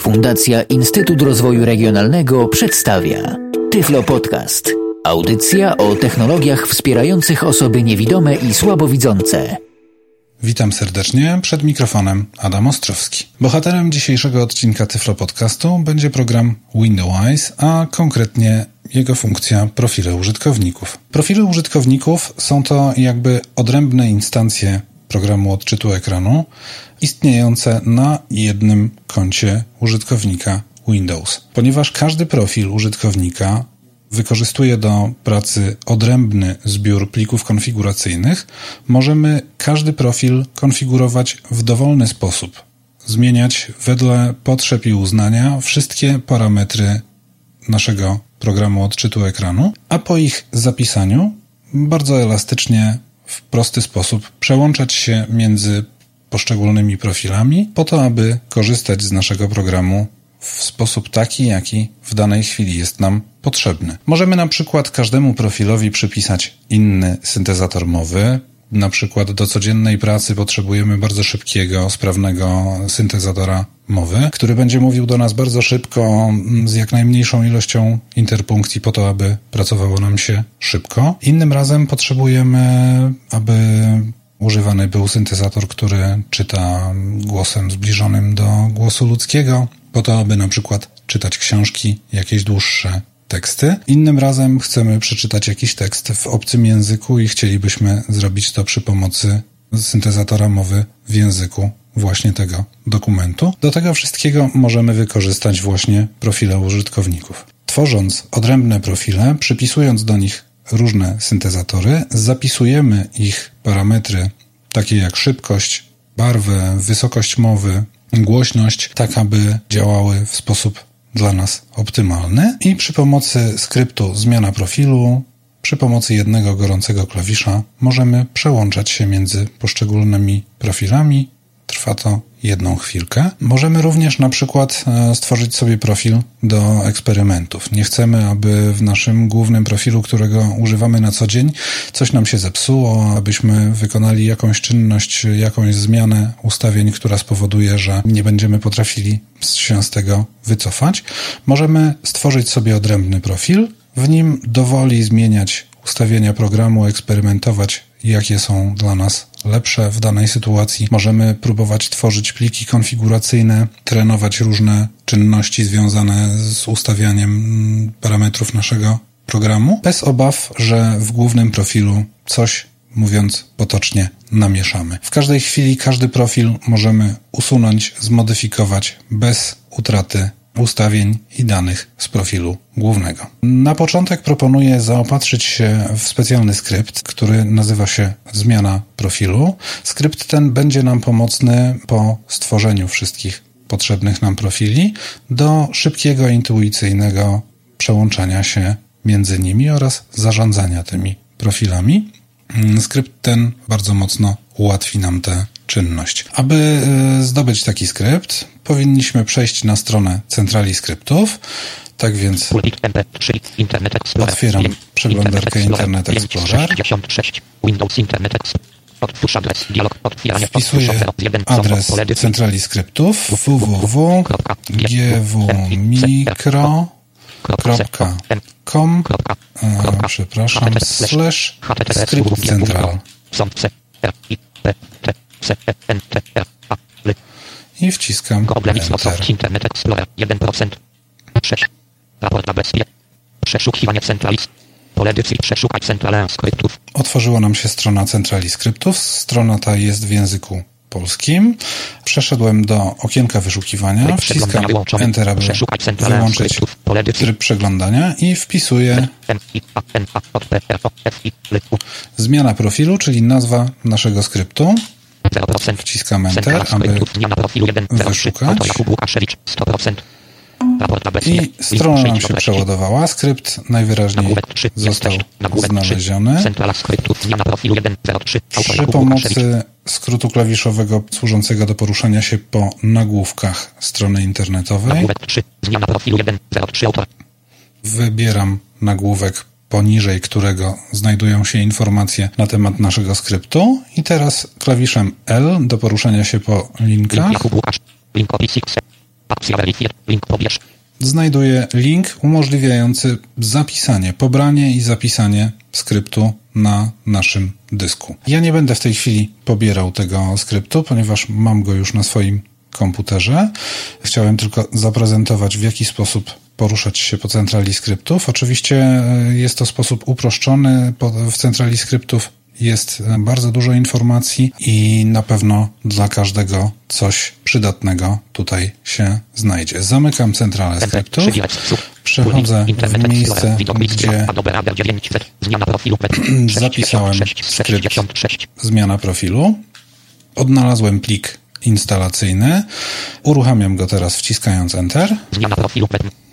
Fundacja Instytut Rozwoju Regionalnego przedstawia Tyflo Podcast. Audycja o technologiach wspierających osoby niewidome i słabowidzące. Witam serdecznie, przed mikrofonem Adam Ostrowski. Bohaterem dzisiejszego odcinka Tyflo Podcastu będzie program Window-Eyes, a konkretnie jego funkcja profile użytkowników. Profile użytkowników są to jakby odrębne instancje programu odczytu ekranu istniejące na jednym koncie użytkownika Windows. Ponieważ każdy profil użytkownika wykorzystuje do pracy odrębny zbiór plików konfiguracyjnych, możemy każdy profil konfigurować w dowolny sposób, zmieniać wedle potrzeb i uznania wszystkie parametry naszego programu odczytu ekranu, a po ich zapisaniu bardzo elastycznie, w prosty sposób przełączać się między poszczególnymi profilami po to, aby korzystać z naszego programu w sposób taki, jaki w danej chwili jest nam potrzebny. Możemy na przykład każdemu profilowi przypisać inny syntezator mowy. Na przykład do codziennej pracy potrzebujemy bardzo szybkiego, sprawnego syntezatora mowy, który będzie mówił do nas bardzo szybko, z jak najmniejszą ilością interpunkcji po to, aby pracowało nam się szybko. Innym razem potrzebujemy, aby używany był syntezator, który czyta głosem zbliżonym do głosu ludzkiego, po to, aby na przykład czytać książki, jakieś dłuższe teksty. Innym razem chcemy przeczytać jakiś tekst w obcym języku i chcielibyśmy zrobić to przy pomocy syntezatora mowy w języku właśnie tego dokumentu. Do tego wszystkiego możemy wykorzystać właśnie profile użytkowników. Tworząc odrębne profile, przypisując do nich różne syntezatory, zapisujemy ich parametry takie jak szybkość, barwę, wysokość mowy, głośność, tak aby działały w sposób dla nas optymalny i przy pomocy skryptu zmiana profilu, przy pomocy jednego gorącego klawisza możemy przełączać się między poszczególnymi profilami. Trwa to jedną chwilkę. Możemy również na przykład stworzyć sobie profil do eksperymentów. Nie chcemy, aby w naszym głównym profilu, którego używamy na co dzień, coś nam się zepsuło, abyśmy wykonali jakąś czynność, jakąś zmianę ustawień, która spowoduje, że nie będziemy potrafili się z tego wycofać. Możemy stworzyć sobie odrębny profil, w nim dowoli zmieniać ustawienia programu, eksperymentować, jakie są dla nas lepsze w danej sytuacji. Możemy próbować tworzyć pliki konfiguracyjne, trenować różne czynności związane z ustawianiem parametrów naszego programu, bez obaw, że w głównym profilu coś, mówiąc potocznie, namieszamy. W każdej chwili każdy profil możemy usunąć, zmodyfikować bez utraty ustawień i danych z profilu głównego. Na początek proponuję zaopatrzyć się w specjalny skrypt, który nazywa się zmiana profilu. Skrypt ten będzie nam pomocny po stworzeniu wszystkich potrzebnych nam profili do szybkiego, intuicyjnego przełączania się między nimi oraz zarządzania tymi profilami. Skrypt ten bardzo mocno ułatwi nam tę czynność. Aby zdobyć taki skrypt, powinniśmy przejść na stronę centrali skryptów. Tak więc otwieram przeglądarkę Internet Explorer. Wpisuję adres centrali skryptów www.gvmicro.com/scriptcentral i wciskam Enter. Przeszukiwanie centrali. Pole edycji przeszukać centralę skryptów. Otworzyła nam się strona centrali skryptów. Strona ta jest w języku polskim. Przeszedłem do okienka wyszukiwania. Wciskam Enter, aby wyłączyć tryb przeglądania i wpisuję zmiana profilu, czyli nazwa naszego skryptu. Wciskam Enter, aby wyszukać. I strona nam się przeładowała. Skrypt najwyraźniej został znaleziony. Przy pomocy skrótu klawiszowego służącego do poruszania się po nagłówkach strony internetowej wybieram nagłówek, poniżej którego znajdują się informacje na temat naszego skryptu i teraz klawiszem L do poruszania się po linkach Opcja weryfikuj. Link pobierz. Znajduję link umożliwiający zapisanie, pobranie i zapisanie skryptu na naszym dysku. Ja nie będę w tej chwili pobierał tego skryptu, ponieważ mam go już na swoim komputerze. Chciałem tylko zaprezentować, w jaki sposób poruszać się po centrali skryptów. Oczywiście jest to sposób uproszczony. W centrali skryptów jest bardzo dużo informacji i na pewno dla każdego coś przydatnego tutaj się znajdzie. Zamykam centralę skryptów, przechodzę w miejsce, gdzie zapisałem skrypt zmiana profilu. Odnalazłem plik instalacyjny. Uruchamiam go teraz wciskając Enter. Zmiana profilu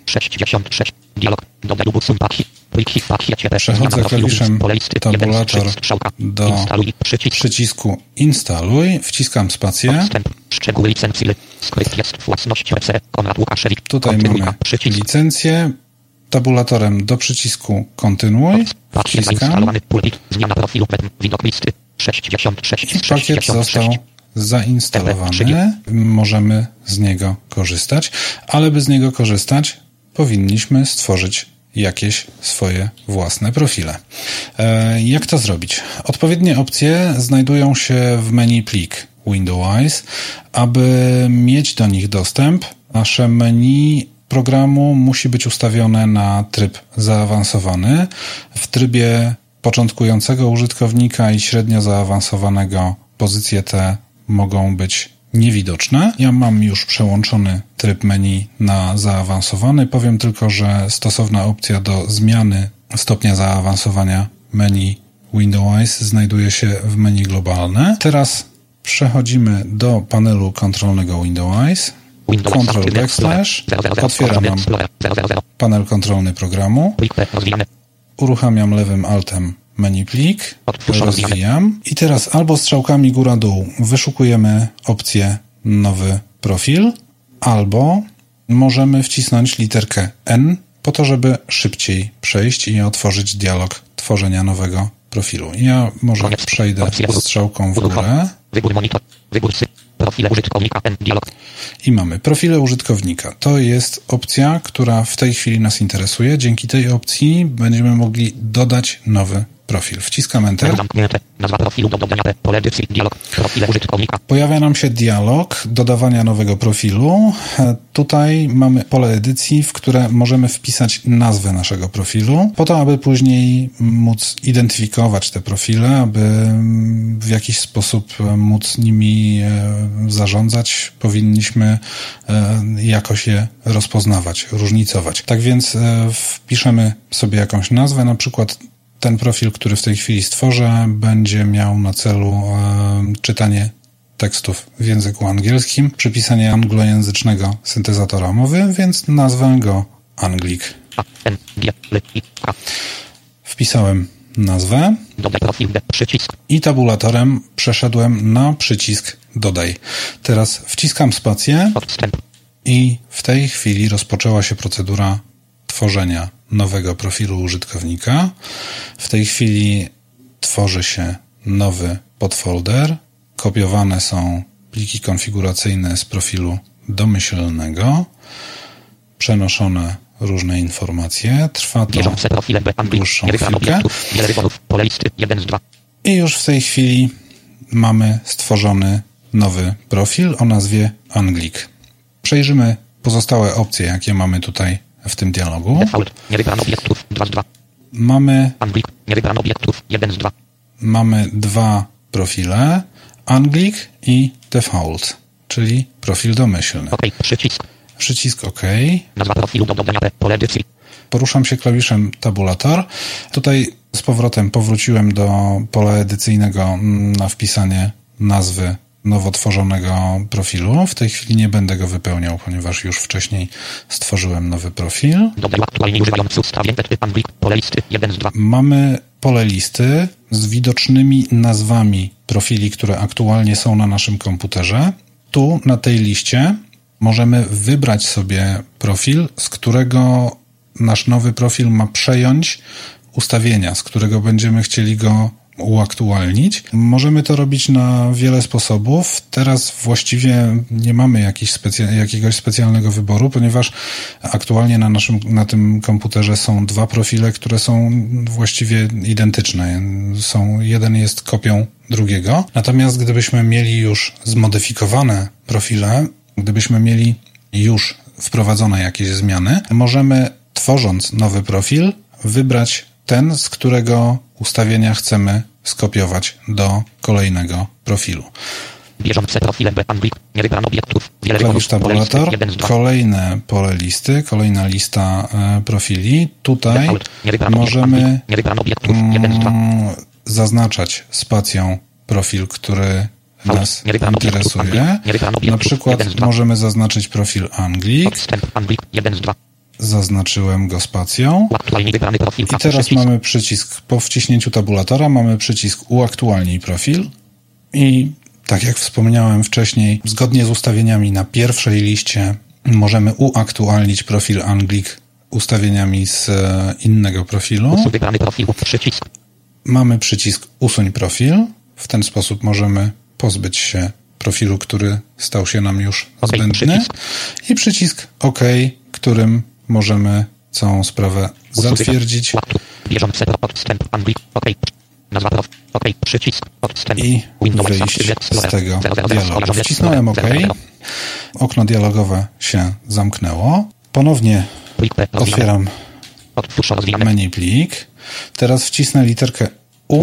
66. Dialog. Dodaj lub usuń paki. Przechodzę klawiszem tabulator do przycisku Instaluj. Wciskam spację. Szczegóły licencji. Skrypt jest własnością EC. Konrad Łukaszewicz. Tutaj mamy licencję. Tabulatorem do przycisku Kontynuuj. Wciskam. Zmiana profilu. Widok listy. 66. I pakiet został zainstalowany. Możemy z niego korzystać, ale by z niego korzystać, powinniśmy stworzyć jakieś swoje własne profile. Jak to zrobić? Odpowiednie opcje znajdują się w menu Plik Windows. Aby mieć do nich dostęp, nasze menu programu musi być ustawione na tryb zaawansowany. W trybie początkującego użytkownika i średnio zaawansowanego pozycje te mogą być niewidoczne. Ja mam już przełączony tryb menu na zaawansowany. Powiem tylko, że stosowna opcja do zmiany stopnia zaawansowania menu Windows znajduje się w menu globalne. Teraz przechodzimy do panelu kontrolnego Windows. Ctrl // otwieram nam panel kontrolny programu. Uruchamiam lewym altem menu plik, rozwijam i teraz albo strzałkami góra-dół wyszukujemy opcję nowy profil, albo możemy wcisnąć literkę N po to, żeby szybciej przejść i otworzyć dialog tworzenia nowego profilu. Ja może przejdę strzałką w górę. Wybór monitor, wybór profile użytkownika, dialog. I mamy profile użytkownika. To jest opcja, która w tej chwili nas interesuje. Dzięki tej opcji będziemy mogli dodać nowy profil. Wciskam Enter. Nazwa profilu do dodania, pole edycji, dialog, profile użytkownika. Pojawia nam się dialog dodawania nowego profilu. Tutaj mamy pole edycji, w które możemy wpisać nazwę naszego profilu, po to, aby później móc identyfikować te profile, aby w jakiś sposób móc nimi zarządzać, powinniśmy jakoś je rozpoznawać, różnicować. Tak więc wpiszemy sobie jakąś nazwę, na przykład ten profil, który w tej chwili stworzę, będzie miał na celu czytanie tekstów w języku angielskim, przypisanie anglojęzycznego syntezatora mowy, więc nazwę go Anglik. Wpisałem nazwę i tabulatorem przeszedłem na przycisk Dodaj. Teraz wciskam spację i w tej chwili rozpoczęła się procedura tworzenia nowego profilu użytkownika. W tej chwili tworzy się nowy podfolder. Kopiowane są pliki konfiguracyjne z profilu domyślnego. Przenoszone różne informacje. Trwa to dłuższą chwilkę. I już w tej chwili mamy stworzony nowy profil o nazwie Anglik. Przejrzymy pozostałe opcje, jakie mamy tutaj w tym dialogu. Mamy dwa profile, Anglik i Default, czyli profil domyślny. Przycisk OK. Nazwa profilu do dodania, pole edycji. Poruszam się klawiszem tabulator. Tutaj z powrotem powróciłem do pola edycyjnego na wpisanie nazwy nowo tworzonego profilu. W tej chwili nie będę go wypełniał, ponieważ już wcześniej stworzyłem nowy profil. Mamy pole listy z widocznymi nazwami profili, które aktualnie są na naszym komputerze. Tu na tej liście możemy wybrać sobie profil, z którego nasz nowy profil ma przejąć ustawienia, z którego będziemy chcieli go uaktualnić. Możemy to robić na wiele sposobów. Teraz właściwie nie mamy jakiegoś specjalnego wyboru, ponieważ aktualnie na tym komputerze są dwa profile, które są właściwie identyczne. Jeden jest kopią drugiego. Natomiast gdybyśmy mieli już zmodyfikowane profile, gdybyśmy mieli już wprowadzone jakieś zmiany, możemy, tworząc nowy profil, wybrać ten, z którego ustawienia chcemy skopiować do kolejnego profilu. Bieżące profile Anglik, nie wybrano obiektów. Klawisz tabulator, kolejne pole listy, kolejna lista profili. Tutaj możemy zaznaczać spacją profil, który nas interesuje. Na przykład możemy zaznaczyć profil Anglik. Zaznaczyłem go spacją. I teraz mamy przycisk, po wciśnięciu tabulatora mamy przycisk uaktualnij profil i tak jak wspomniałem wcześniej, zgodnie z ustawieniami na pierwszej liście możemy uaktualnić profil Anglik ustawieniami z innego profilu. Mamy przycisk usuń profil. W ten sposób możemy pozbyć się profilu, który stał się nam już zbędny. I przycisk OK, którym możemy całą sprawę zatwierdzić i wyjść z tego dialogu. Wcisnąłem OK. Okno dialogowe się zamknęło. Ponownie otwieram menu plik. Teraz wcisnę literkę U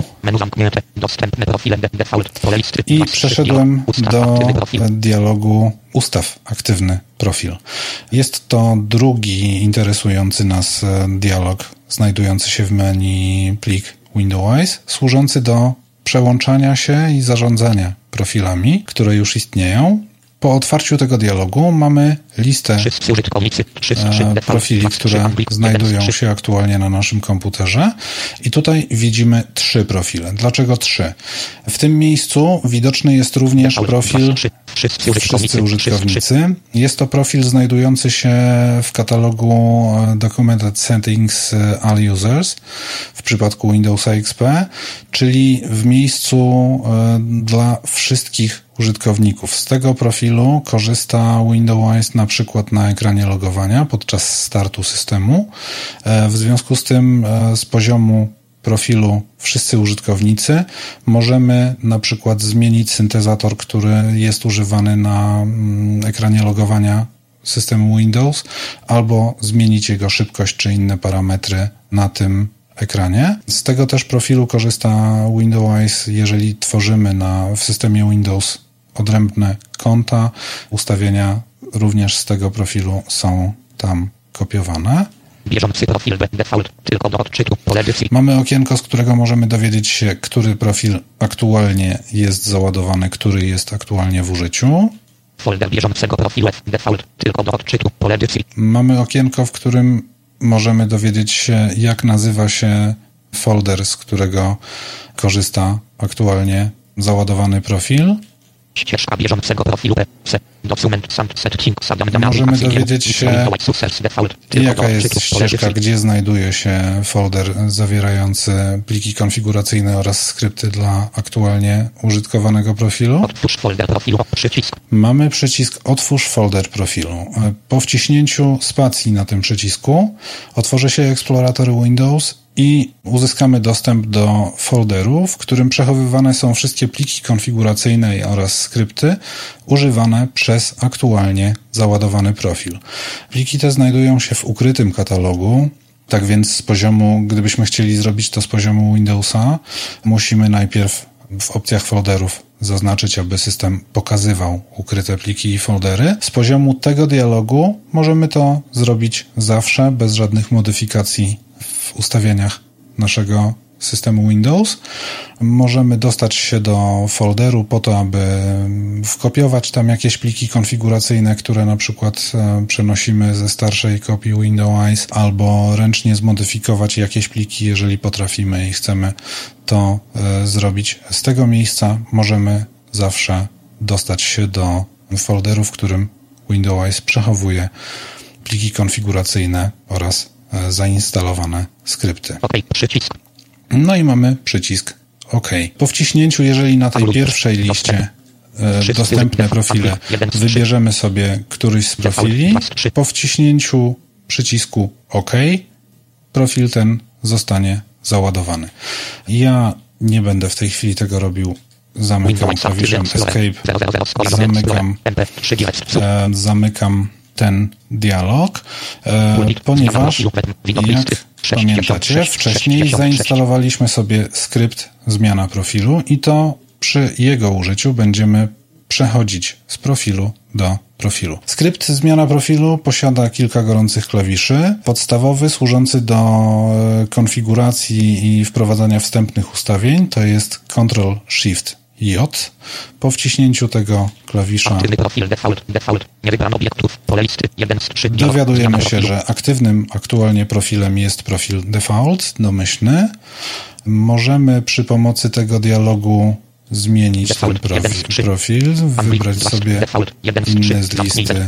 i przeszedłem do dialogu Ustaw aktywny profil. Jest to drugi interesujący nas dialog znajdujący się w menu plik Windows, służący do przełączania się i zarządzania profilami, które już istnieją. Po otwarciu tego dialogu mamy listę profili, które znajdują się aktualnie na naszym komputerze i tutaj widzimy 3 profile. Dlaczego 3? W tym miejscu widoczny jest również profil wszyscy użytkownicy. Jest to profil znajdujący się w katalogu Documented Settings All Users w przypadku Windowsa XP, czyli w miejscu dla wszystkich użytkowników. Z tego profilu korzysta Windows na przykład na ekranie logowania podczas startu systemu. W związku z tym z poziomu profilu wszyscy użytkownicy możemy na przykład zmienić syntezator, który jest używany na ekranie logowania systemu Windows, albo zmienić jego szybkość czy inne parametry na tym ekranie. Z tego też profilu korzysta Windows, jeżeli tworzymy w systemie Windows odrębne konta. Ustawienia również z tego profilu są tam kopiowane. Bieżący profil default, tylko do odczytu, pole edycji. Mamy okienko, z którego możemy dowiedzieć się, który profil aktualnie jest załadowany, który jest aktualnie w użyciu. Folder bieżącego profilu default, tylko do odczytu, pole edycji. Mamy okienko, w którym możemy dowiedzieć się, jak nazywa się folder, z którego korzysta aktualnie załadowany profil. Ścieżka bieżącego profilu Document Setting. Możemy dowiedzieć się, jaka jest ścieżka, gdzie znajduje się folder zawierający pliki konfiguracyjne oraz skrypty dla aktualnie użytkowanego profilu. Otwórz folder profilu. Przycisk. Mamy przycisk Otwórz folder profilu. Po wciśnięciu spacji na tym przycisku otworzy się eksplorator Windows i uzyskamy dostęp do folderu, w którym przechowywane są wszystkie pliki konfiguracyjne oraz skrypty używane przez aktualnie załadowany profil. Pliki te znajdują się w ukrytym katalogu, tak więc z poziomu, gdybyśmy chcieli zrobić to z poziomu Windowsa, musimy najpierw w opcjach folderów zaznaczyć, aby system pokazywał ukryte pliki i foldery. Z poziomu tego dialogu możemy to zrobić zawsze, bez żadnych modyfikacji w ustawieniach naszego systemu Windows. Możemy dostać się do folderu po to, aby wkopiować tam jakieś pliki konfiguracyjne, które na przykład przenosimy ze starszej kopii Windows, albo ręcznie zmodyfikować jakieś pliki, jeżeli potrafimy i chcemy to zrobić. Z tego miejsca możemy zawsze dostać się do folderu, w którym Windows przechowuje pliki konfiguracyjne oraz zainstalowane skrypty. OK, przycisk. No i mamy przycisk OK. Po wciśnięciu, jeżeli na tej pierwszej liście dostępne profile wybierzemy sobie któryś z profili, po wciśnięciu przycisku OK profil ten zostanie załadowany. Ja nie będę w tej chwili tego robił. Zamykam klawiszem Escape, zamykam ten dialog, ponieważ, jak pamiętacie, wcześniej zainstalowaliśmy sobie skrypt zmiana profilu i to przy jego użyciu będziemy przechodzić z profilu do profilu. Skrypt zmiana profilu posiada kilka gorących klawiszy. Podstawowy, służący do konfiguracji i wprowadzania wstępnych ustawień, to jest Ctrl-Shift-J. Po wciśnięciu tego klawisza dowiadujemy się, że aktywnym aktualnie profilem jest profil default, domyślny. Możemy przy pomocy tego dialogu zmienić ten profil, wybrać sobie inny z listy,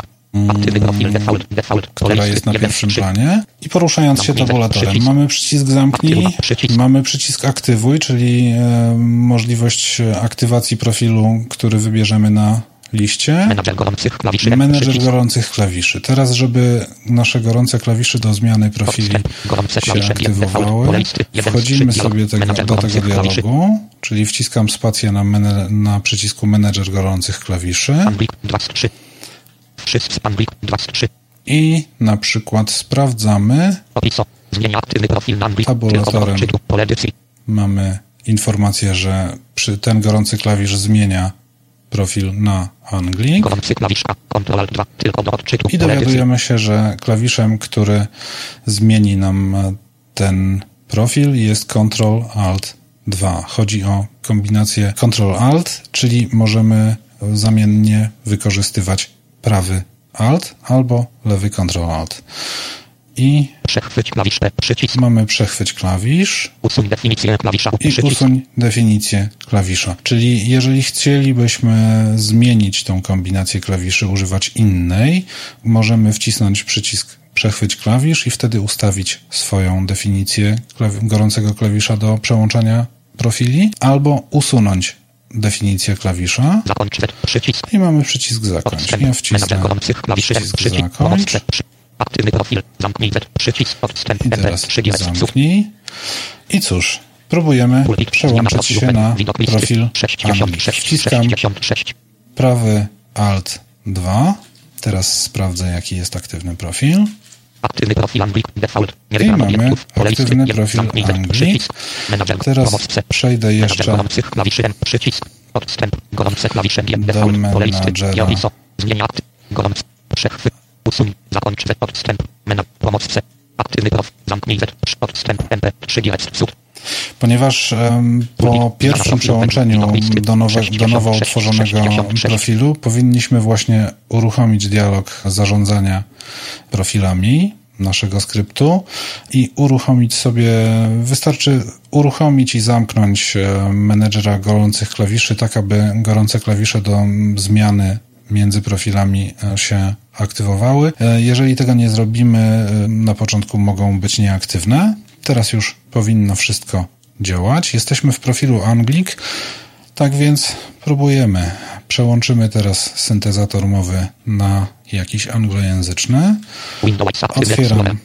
która jest na pierwszym planie i poruszając się tabulatorem mamy przycisk zamknij, mamy przycisk aktywuj, czyli możliwość aktywacji profilu, który wybierzemy na liście. Menedżer gorących klawiszy. Teraz, żeby nasze gorące klawisze do zmiany profili się aktywowały, wchodzimy sobie do tego dialogu, czyli wciskam spację na przycisku menedżer gorących klawiszy i na przykład sprawdzamy tabulatorem. Mamy informację, że ten gorący klawisz zmienia profil na Anglik i dowiadujemy się, że klawiszem, który zmieni nam ten profil, jest Ctrl-Alt-2. Chodzi o kombinację Ctrl-Alt, czyli możemy zamiennie wykorzystywać prawy Alt albo lewy Ctrl-Alt. I mamy przechwyć klawisz i usuń definicję klawisza. Czyli jeżeli chcielibyśmy zmienić tą kombinację klawiszy, używać innej, możemy wcisnąć przycisk przechwyć klawisz i wtedy ustawić swoją definicję gorącego klawisza do przełączania profili, albo usunąć definicję klawisza i mamy przycisk zakończ. Ja wcisnę przycisk zakończ. Aktywny profil, zamknij przycisk odstęp. I teraz zamknij. I cóż, próbujemy przełączyć się na profil Anglik. Wciskam prawy Alt 2. Teraz sprawdzę, jaki jest aktywny profil. Aktywny profil Anglik default. I mamy aktywny profil Anglik. Teraz przejdę jeszcze do menadżera. Usuń, zakończ odstęp, pomoc aktywny prof, zamknij odstęp, MP3 Ponieważ po pierwszym przełączeniu do nowo utworzonego profilu powinniśmy właśnie uruchomić dialog zarządzania profilami naszego skryptu i uruchomić sobie, wystarczy uruchomić i zamknąć menedżera gorących klawiszy, tak aby gorące klawisze do zmiany między profilami się aktywowały. Jeżeli tego nie zrobimy, na początku mogą być nieaktywne. Teraz już powinno wszystko działać. Jesteśmy w profilu Anglik, tak więc próbujemy. Przełączymy teraz syntezator mowy na jakiś anglojęzyczny. Otwieram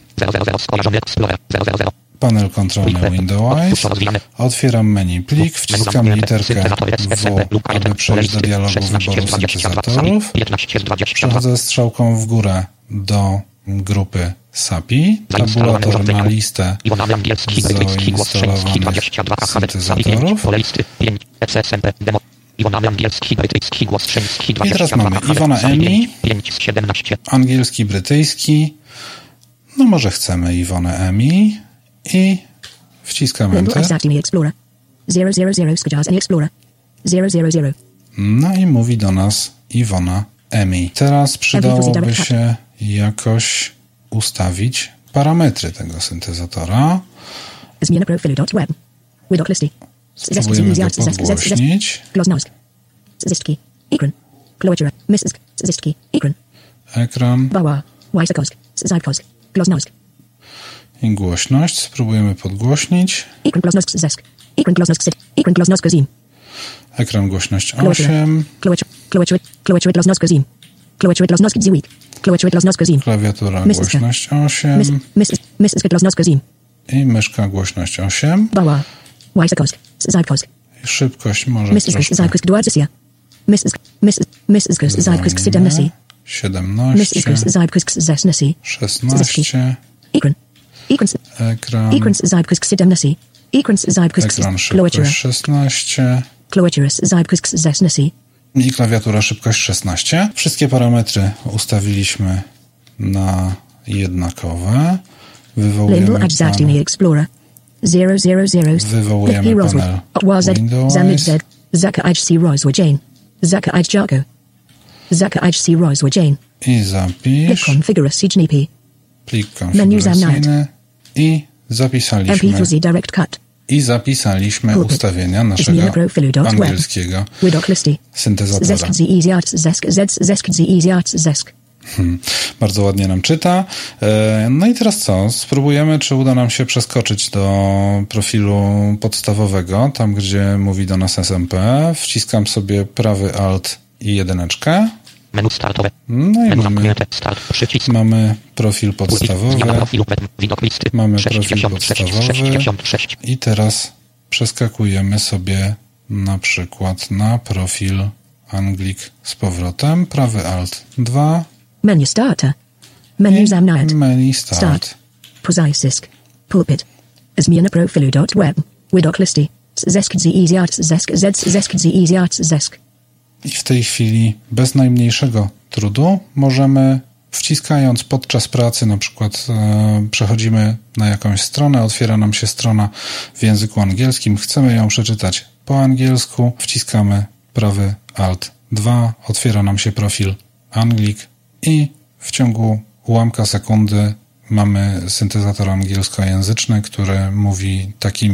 panel kontrolny Windows, otwieram menu plik, wciskam literkę W, aby przejść do dialogu wyboru syntezatorów. Przechodzę strzałką w górę do grupy SAPI, tabulator na listę zainstalowanych syntezatorów. I teraz mamy Iwona EMI, angielski, brytyjski. No może chcemy Iwonę EMI i wciskamy Enter. No i mówi do nas Iwona EMI. Teraz przydałoby się jakoś ustawić parametry tego syntezatora. Spróbujemy go podgłośnić. Ekran. I głośność. Spróbujemy podgłośnić. Ekran głośność zim. Ekran głośność 8. Klawiatura głośność zim. Klawiatura głośność zim. Klawiatura głośność zim. Klawiatura głośność 8. Myszka głośność zim. I myszka głośność 8. Bała. Wysokość. Zajkość. Szybkość może troszkę. Zajkość 20. Myszka zajkość 17. 17. Zajkość 16. 16. Ekran. Ekran zajkość 17. Ekran zajkość. Szybkość 16. Klawiatura zajkość 16. I klawiatura szybkość 16. Wszystkie parametry ustawiliśmy na jednakowe. Wywołujemy panel Windows i zapisz plik konfiguracyjny i zapisaliśmy ustawienia naszego angielskiego syntezatora. Bardzo ładnie nam czyta. No i teraz co? Spróbujemy, czy uda nam się przeskoczyć do profilu podstawowego, tam gdzie mówi do nas SMP. Wciskam sobie prawy Alt i jedyneczkę. Menu startowe. No i mamy profil podstawowy. Mamy profil podstawowy. I teraz przeskakujemy sobie na przykład na profil Anglik z powrotem. Prawy Alt 2. Menu starter. Menu zamknięte. Menu start. Pozysk. Pulpit. Zmiana profilu .web. Widok listy. Zesk z easy arts zesk z easy arts zesk. I w tej chwili bez najmniejszego trudu możemy, wciskając podczas pracy, na przykład przechodzimy na jakąś stronę, otwiera nam się strona w języku angielskim, chcemy ją przeczytać po angielsku, wciskamy prawy Alt 2, otwiera nam się profil Anglik i w ciągu ułamka sekundy mamy syntezator angielskojęzyczny, który mówi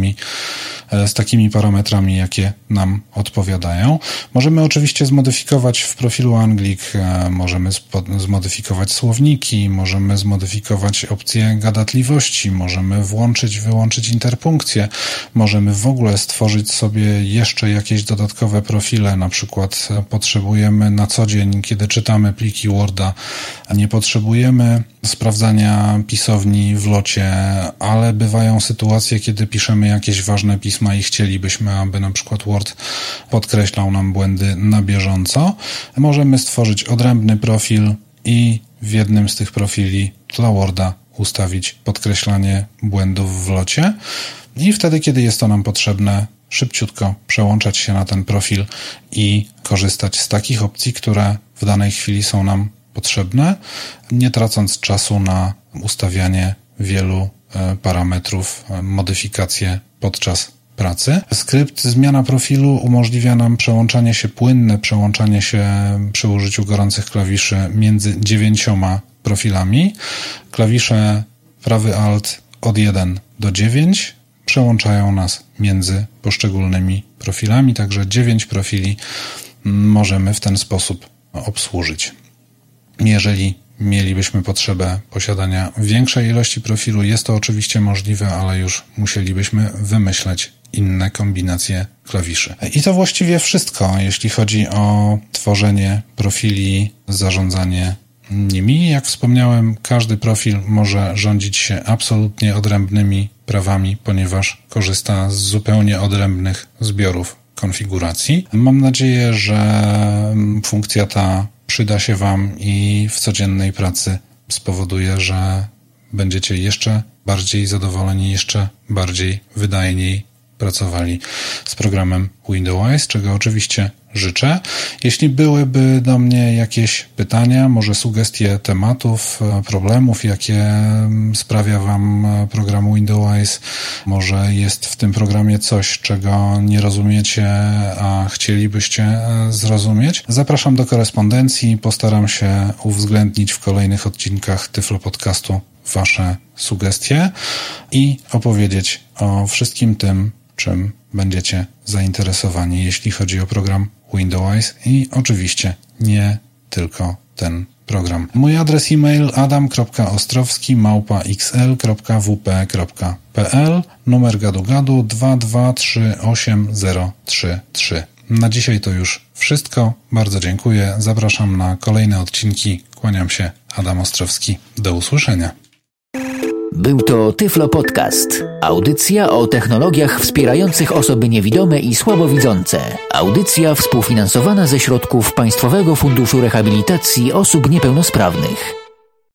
z takimi parametrami, jakie nam odpowiadają. Możemy oczywiście zmodyfikować w profilu Anglik, możemy zmodyfikować słowniki, możemy zmodyfikować opcję gadatliwości, możemy włączyć, wyłączyć interpunkcję, możemy w ogóle stworzyć sobie jeszcze jakieś dodatkowe profile, na przykład potrzebujemy na co dzień, kiedy czytamy pliki Worda, nie potrzebujemy sprawdzania pisowni w locie, ale bywają sytuacje, kiedy piszemy jakieś ważne pisma i chcielibyśmy, aby na przykład Word podkreślał nam błędy na bieżąco. Możemy stworzyć odrębny profil i w jednym z tych profili dla Worda ustawić podkreślanie błędów w locie i wtedy, kiedy jest to nam potrzebne, szybciutko przełączać się na ten profil i korzystać z takich opcji, które w danej chwili są nam potrzebne, nie tracąc czasu na ustawianie wielu parametrów, modyfikacje podczas pracy. Skrypt zmiana profilu umożliwia nam płynne przełączanie się przy użyciu gorących klawiszy między 9 profilami. Klawisze prawy Alt od 1 do 9 przełączają nas między poszczególnymi profilami, także 9 profili możemy w ten sposób obsłużyć. Jeżeli mielibyśmy potrzebę posiadania większej ilości profilu, jest to oczywiście możliwe, ale już musielibyśmy wymyśleć inne kombinacje klawiszy. I to właściwie wszystko, jeśli chodzi o tworzenie profili, zarządzanie nimi. Jak wspomniałem, każdy profil może rządzić się absolutnie odrębnymi prawami, ponieważ korzysta z zupełnie odrębnych zbiorów konfiguracji. Mam nadzieję, że funkcja ta przyda się Wam i w codziennej pracy spowoduje, że będziecie jeszcze bardziej zadowoleni, jeszcze bardziej wydajniej pracowali z programem Windows, czego oczywiście życzę. Jeśli byłyby do mnie jakieś pytania, może sugestie tematów, problemów, jakie sprawia Wam program Windows, może jest w tym programie coś, czego nie rozumiecie, a chcielibyście zrozumieć, zapraszam do korespondencji. Postaram się uwzględnić w kolejnych odcinkach Tyflo Podcastu Wasze sugestie i opowiedzieć o wszystkim tym, czym będziecie zainteresowani, jeśli chodzi o program Windows i oczywiście nie tylko ten program. Mój adres e-mail adam.ostrowski@xl.wp.pl, numer gadu 2238033. Na dzisiaj to już wszystko. Bardzo dziękuję. Zapraszam na kolejne odcinki. Kłaniam się, Adam Ostrowski. Do usłyszenia. Był to Tyflo Podcast. Audycja o technologiach wspierających osoby niewidome i słabowidzące. Audycja współfinansowana ze środków Państwowego Funduszu Rehabilitacji Osób Niepełnosprawnych.